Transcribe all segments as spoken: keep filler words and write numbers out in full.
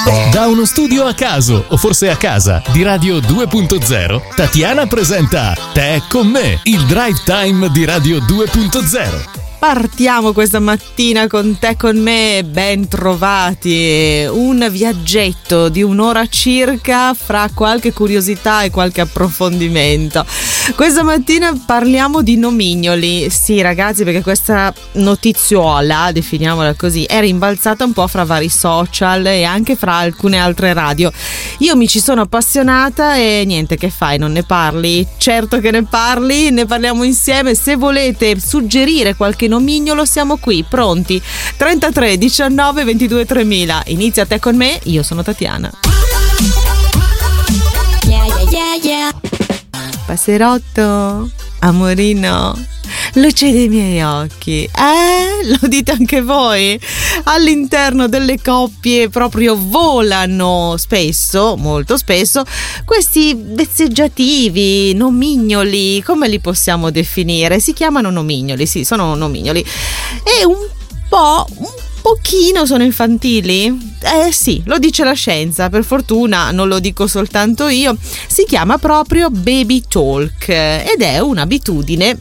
Da uno studio a caso, o forse a casa, di Radio due punto zero, Tatiana presenta Te con me, il drive time di Radio due punto zero. Partiamo questa mattina con Te con me, ben trovati, un viaggetto di un'ora circa fra qualche curiosità e qualche approfondimento. Questa mattina parliamo di nomignoli, sì ragazzi, perché questa notiziola, definiamola così, è rimbalzata un po' fra vari social e anche fra alcune altre radio. Io mi ci sono appassionata e niente, che fai, non ne parli? Certo che ne parli, ne parliamo insieme. Se volete suggerire qualche nomignolo siamo qui, pronti. trentatré diciannove ventidue tremila. Inizia Te con me, io sono Tatiana. Yeah, yeah, yeah, yeah. Passerotto, amorino, luce dei miei occhi, eh? Lo dite anche voi? All'interno delle coppie proprio volano spesso, molto spesso, questi vezzeggiativi, nomignoli, come li possiamo definire? Si chiamano nomignoli, sì, sono nomignoli. E un po', un pochino sono infantili? Eh sì, lo dice la scienza, per fortuna non lo dico soltanto io. Si chiama proprio baby talk ed è un'abitudine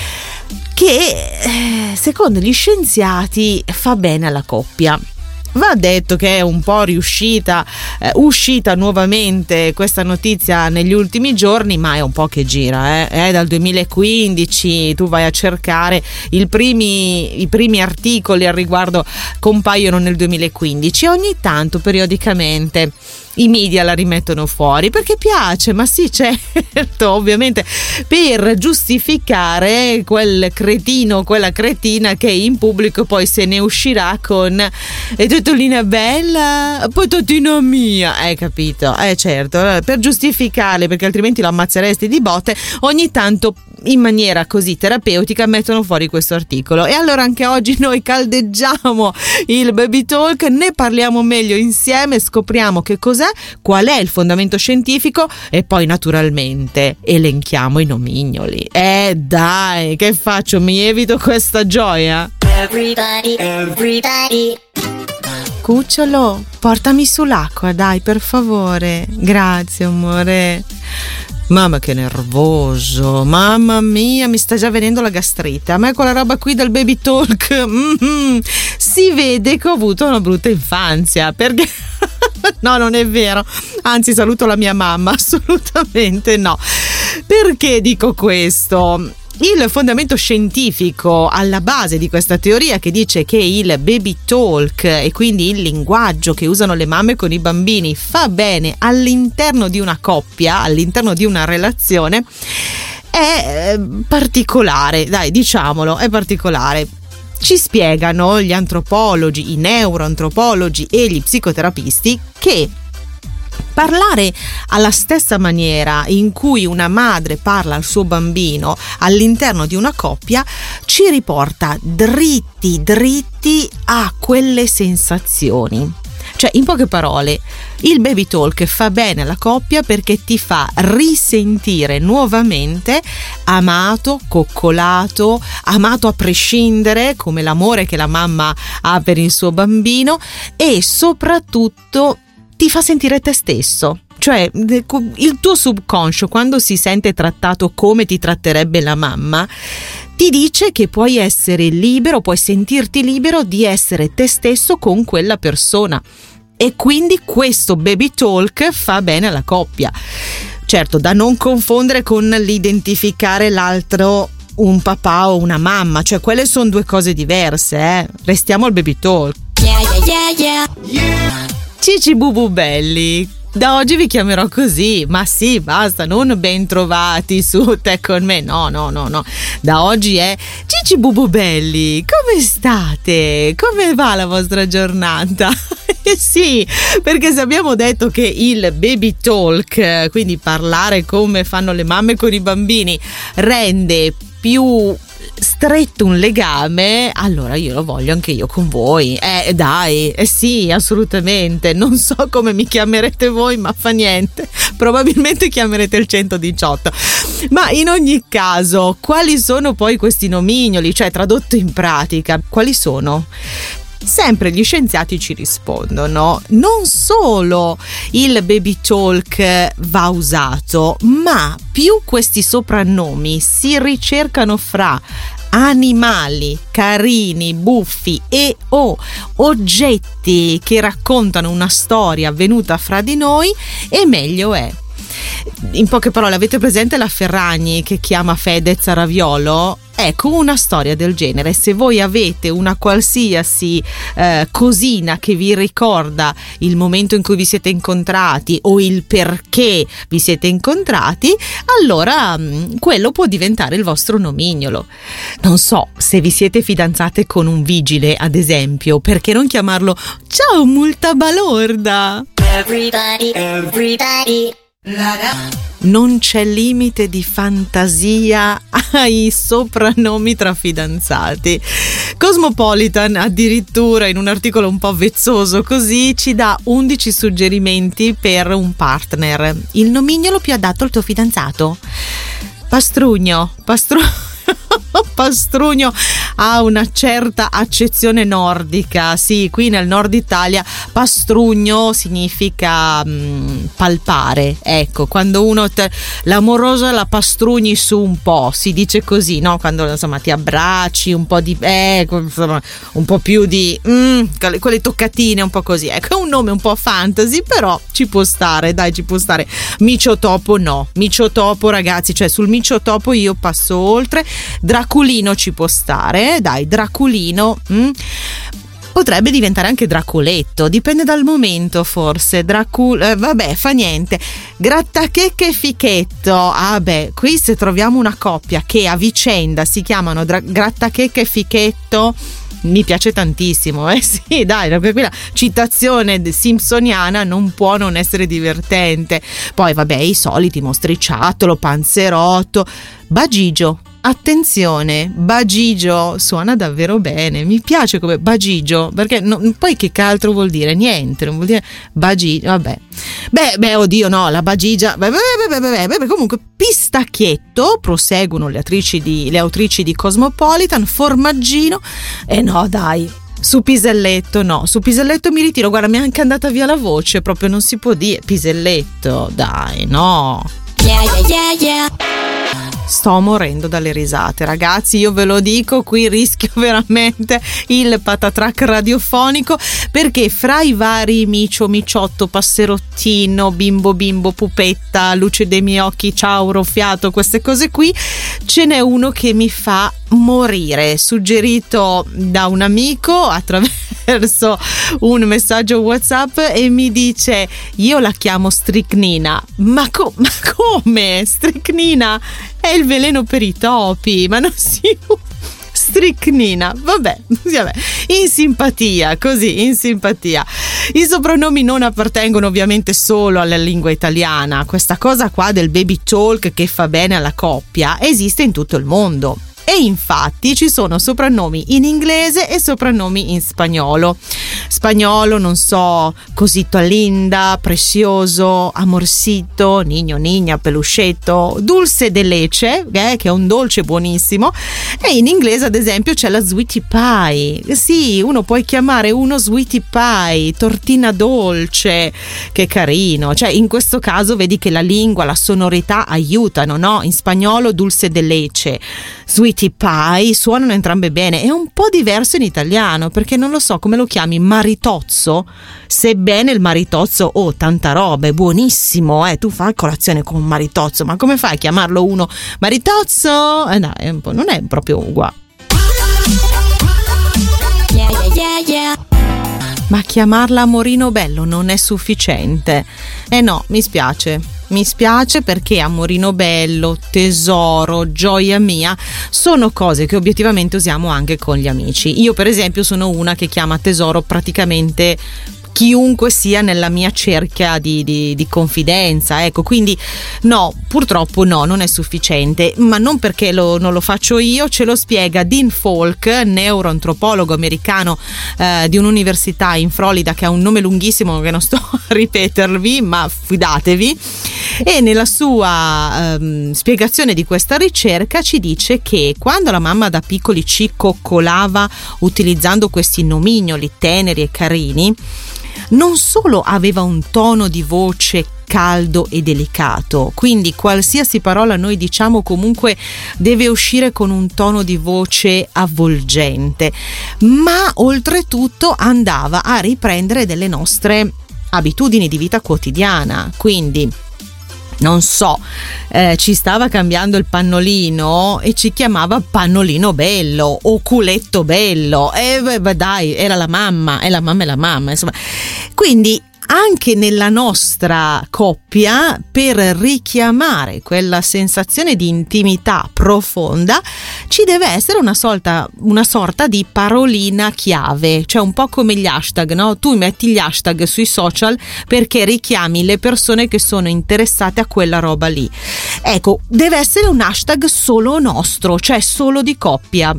che secondo gli scienziati fa bene alla coppia. Va detto che è un po' riuscita, eh, uscita nuovamente questa notizia negli ultimi giorni, ma è un po' che gira, eh? È dal duemilaquindici, tu vai a cercare il primi, i primi articoli al riguardo compaiono nel duemilaquindici, ogni tanto periodicamente i media la rimettono fuori perché piace, ma sì, certo, ovviamente per giustificare quel cretino, quella cretina che in pubblico poi se ne uscirà con "e Totolina bella, poi Totina mia", hai capito? Eh certo, per giustificarle, perché altrimenti lo ammazzeresti di botte, ogni tanto in maniera così terapeutica mettono fuori questo articolo. E allora anche oggi noi caldeggiamo il baby talk, ne parliamo meglio insieme, scopriamo che cos'è, qual è il fondamento scientifico e poi naturalmente elenchiamo i nomignoli. Eh dai, che faccio? Mi evito questa gioia? Everybody, everybody. Cucciolo, portami sull'acqua, dai, per favore. Grazie, amore. Mamma che nervoso, mamma mia, mi sta già venendo la gastrite. A me quella roba qui del baby talk, mm-hmm, si vede che ho avuto una brutta infanzia, perché no, non è vero, anzi saluto la mia mamma, assolutamente no. Perché dico questo? Il fondamento scientifico alla base di questa teoria, che dice che il baby talk e quindi il linguaggio che usano le mamme con i bambini fa bene all'interno di una coppia, all'interno di una relazione, è particolare, dai, diciamolo, è particolare. Ci spiegano gli antropologi, i neuroantropologi e gli psicoterapisti che parlare alla stessa maniera in cui una madre parla al suo bambino all'interno di una coppia ci riporta dritti dritti a quelle sensazioni. Cioè, in poche parole, il baby talk fa bene alla coppia perché ti fa risentire nuovamente amato, coccolato, amato a prescindere, come l'amore che la mamma ha per il suo bambino, e soprattutto ti fa sentire te stesso. Cioè, il tuo subconscio, quando si sente trattato come ti tratterebbe la mamma, ti dice che puoi essere libero, puoi sentirti libero di essere te stesso con quella persona. E quindi questo baby talk fa bene alla coppia. Certo, da non confondere con l'identificare l'altro un papà o una mamma, cioè quelle sono due cose diverse, eh. Restiamo al baby talk. Yeah, yeah, yeah, yeah. Yeah. Cici bubu belli, da oggi vi chiamerò così, ma sì, basta, non ben trovati su Te con me, no, no, no, no, da oggi è Cici bubu belli, come state? Come va la vostra giornata? Eh sì, perché se abbiamo detto che il baby talk, quindi parlare come fanno le mamme con i bambini, rende più stretto un legame, allora io lo voglio anche io con voi. Eh dai, eh sì, assolutamente. Non so come mi chiamerete voi, ma fa niente, probabilmente chiamerete il centodiciotto. Ma in ogni caso, quali sono poi questi nomignoli? Cioè, tradotto in pratica, quali sono? Sempre gli scienziati ci rispondono: non solo il baby talk va usato, ma più questi soprannomi si ricercano fra animali carini, buffi e o oggetti che raccontano una storia avvenuta fra di noi, e meglio è. In poche parole, avete presente la Ferragni che chiama Fedez a Raviolo? Ecco, una storia del genere. Se voi avete una qualsiasi eh, cosina che vi ricorda il momento in cui vi siete incontrati o il perché vi siete incontrati, allora mh, quello può diventare il vostro nomignolo. Non so, se vi siete fidanzate con un vigile, ad esempio, perché non chiamarlo ciao multa balorda? Everybody, everybody. Non c'è limite di fantasia ai soprannomi tra fidanzati. Cosmopolitan addirittura, in un articolo un po' vezzoso così, ci dà undici suggerimenti per un partner. Il nomignolo più adatto al tuo fidanzato: Pastrugno. Pastrugno Pastrugno ha una certa accezione nordica. Sì, qui nel nord Italia pastrugno significa mh, palpare. Ecco, quando uno te, l'amorosa la pastrugni su un po', si dice così, no? Quando insomma ti abbracci un po' di eh, insomma, un po' più di mm, quelle toccatine, un po' così. Ecco, è un nome un po' fantasy, però ci può stare, dai, ci può stare. Miciotopo no, Miciotopo ragazzi, cioè sul Miciotopo io passo oltre. Draculino ci può stare, dai, Draculino. Mm. Potrebbe diventare anche Dracoletto, dipende dal momento forse. Dracul eh, vabbè, fa niente. Grattachecche e Fichetto. Ah beh, qui se troviamo una coppia che a vicenda si chiamano Dra- Grattachecche e Fichetto, mi piace tantissimo, eh sì, dai, perché quella citazione simpsoniana non può non essere divertente. Poi vabbè, i soliti mostriciattolo, panzerotto, Bagigio. Attenzione, Bagigio suona davvero bene, mi piace come Bagigio, perché no, poi che altro vuol dire? Niente, non vuol dire Bagigio, vabbè. Beh, beh, oddio, no, la Bagigia, beh, beh, beh, beh, beh, beh, comunque Pistacchietto, proseguono le autrici di, le autrici di Cosmopolitan. Formaggino, e eh no, dai. Su Piselletto no, su Piselletto mi ritiro, guarda, mi è anche andata via la voce, proprio non si può dire Piselletto, dai, no. Yeah, yeah, yeah, yeah. Sto morendo dalle risate, ragazzi, io ve lo dico, qui rischio veramente il patatrack radiofonico, perché fra i vari micio, miciotto, passerottino, bimbo, bimbo, pupetta, luce dei miei occhi, ciao, roffiato, queste cose qui, ce n'è uno che mi fa morire, suggerito da un amico attraverso un messaggio WhatsApp, e mi dice: io la chiamo stricnina. Ma, co- ma come? Stricnina è il veleno per i topi, ma non si stricnina, vabbè, vabbè, in simpatia, così, in simpatia. I soprannomi non appartengono ovviamente solo alla lingua italiana. Questa cosa qua del baby talk che fa bene alla coppia esiste in tutto il mondo. E infatti ci sono soprannomi in inglese e soprannomi in spagnolo. Spagnolo, non so, cosito linda, precioso, amorcito, niño, niña, peluscetto, dulce de leche, eh, che è un dolce buonissimo. E in inglese, ad esempio, c'è la sweetie pie. Sì, uno può chiamare uno sweetie pie, tortina dolce, che carino. Cioè, in questo caso vedi che la lingua, la sonorità aiutano, no? In spagnolo dulce de leche, sweetie pie suonano entrambe bene. È un po' diverso in italiano, perché non lo so come lo chiami, maritozzo, sebbene il maritozzo, oh, tanta roba, è buonissimo, eh, tu fai colazione con un maritozzo, ma come fai a chiamarlo uno maritozzo? Eh no, è un po', non è proprio uguale. Yeah, yeah, yeah, yeah. Ma chiamarla amorino bello non è sufficiente. Eh no, mi spiace. Mi spiace, perché amorino bello, tesoro, gioia mia sono cose che obiettivamente usiamo anche con gli amici. Io per esempio sono una che chiama tesoro praticamente chiunque sia nella mia cerchia di, di, di confidenza, ecco, quindi no, purtroppo no, non è sufficiente, ma non perché lo, non lo faccio io. Ce lo spiega Dean Falk, neuroantropologo americano eh, di un'università in Florida, che ha un nome lunghissimo che non sto a ripetervi, ma fidatevi. E nella sua ehm, spiegazione di questa ricerca ci dice che quando la mamma da piccoli ci coccolava utilizzando questi nomignoli teneri e carini, non solo aveva un tono di voce caldo e delicato, quindi qualsiasi parola noi diciamo comunque deve uscire con un tono di voce avvolgente, ma oltretutto andava a riprendere delle nostre abitudini di vita quotidiana. Quindi non so, eh, ci stava cambiando il pannolino e ci chiamava pannolino bello o culetto bello, e beh, dai, era la mamma, e la mamma è la mamma, insomma. Quindi anche nella nostra coppia, per richiamare quella sensazione di intimità profonda, ci deve essere una sorta, una sorta di parolina chiave, cioè un po' come gli hashtag, no? Tu metti gli hashtag sui social perché richiami le persone che sono interessate a quella roba lì. Ecco, deve essere un hashtag solo nostro, cioè solo di coppia.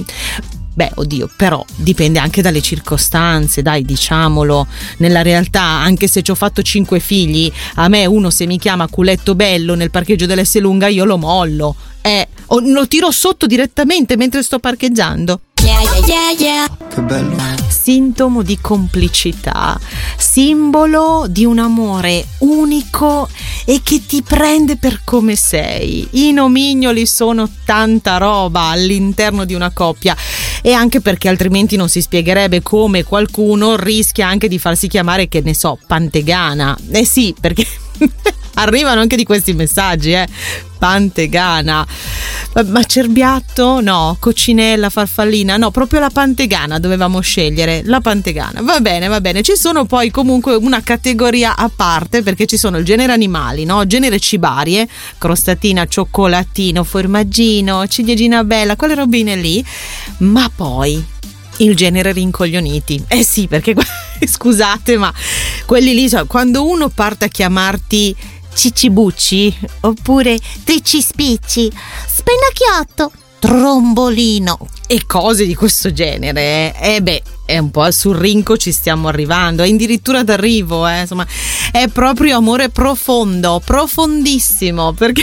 Beh, oddio, però dipende anche dalle circostanze, dai, diciamolo. Nella realtà, anche se ci ho fatto cinque figli, a me uno se mi chiama culetto bello nel parcheggio dell'Esselunga io lo mollo, eh, o lo tiro sotto direttamente mentre sto parcheggiando. Yeah, yeah, yeah, yeah. Che bello. Sintomo di complicità, simbolo di un amore unico e che ti prende per come sei. I nomignoli sono tanta roba all'interno di una coppia, e anche perché altrimenti non si spiegherebbe come qualcuno rischia anche di farsi chiamare, che ne so, Pantegana. Eh sì, perché arrivano anche di questi messaggi, eh. Pantegana. Ma Cerbiatto? No. Coccinella, Farfallina? No, proprio la Pantegana dovevamo scegliere. La Pantegana. Va bene, va bene. Ci sono poi comunque una categoria a parte, perché ci sono il genere animali, no? Genere cibarie, crostatina, cioccolatino, formaggino, ciliegina bella, quelle robine lì. Ma poi il genere rincoglioniti. Eh sì, perché scusate, ma quelli lì, cioè, quando uno parte a chiamarti Ciccibucci oppure Te ci spicci, Spennacchiotto, Trombolino e cose di questo genere, eh, eh beh, è un po' sul rinco ci stiamo arrivando, è addirittura d'arrivo, eh, insomma, è proprio amore profondo, profondissimo, perché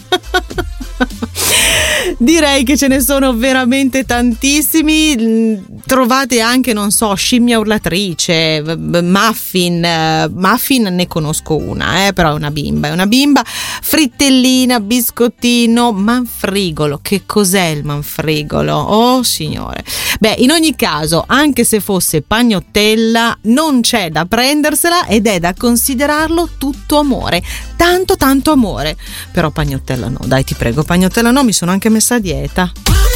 direi che ce ne sono veramente tantissimi. Trovate anche, non so, scimmia urlatrice, muffin, muffin ne conosco una, eh, però è una bimba, è una bimba, frittellina, biscottino, manfrigolo. Che cos'è il manfrigolo? Oh signore. Beh, in ogni caso, anche se fosse pagnottella, non c'è da prendersela ed è da considerarlo tutto amore, tanto tanto amore. Però pagnottella no, dai, ti prego, pagnottella no, mi sono anche messa a dieta.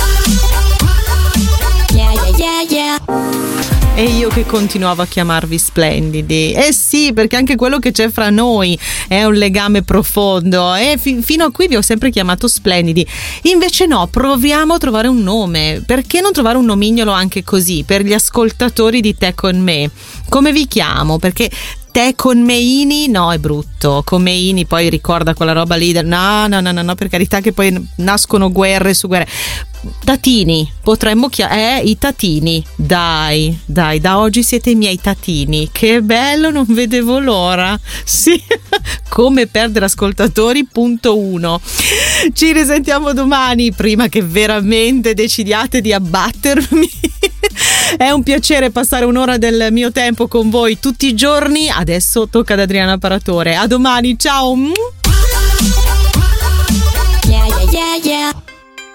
Yeah, yeah, yeah, yeah. E io che continuavo a chiamarvi splendidi. Eh sì, perché anche quello che c'è fra noi è un legame profondo, e fi- fino a qui vi ho sempre chiamato splendidi. Invece no, proviamo a trovare un nome. Perché non trovare un nomignolo anche così per gli ascoltatori di Te con me? Come vi chiamo? Perché Te con Meini no, è brutto. Con Meini poi ricorda quella roba lì. No, no, no, no, no, per carità, che poi nascono guerre su guerre. Tatini, potremmo chiamare eh, i tatini. Dai, dai, da oggi siete i miei tatini. Che bello, non vedevo l'ora. Sì, come perdere ascoltatori punto uno. Ci risentiamo domani, prima che veramente decidiate di abbattermi. È un piacere passare un'ora del mio tempo con voi tutti i giorni. Adesso tocca ad Adriana Paratore. A domani, ciao.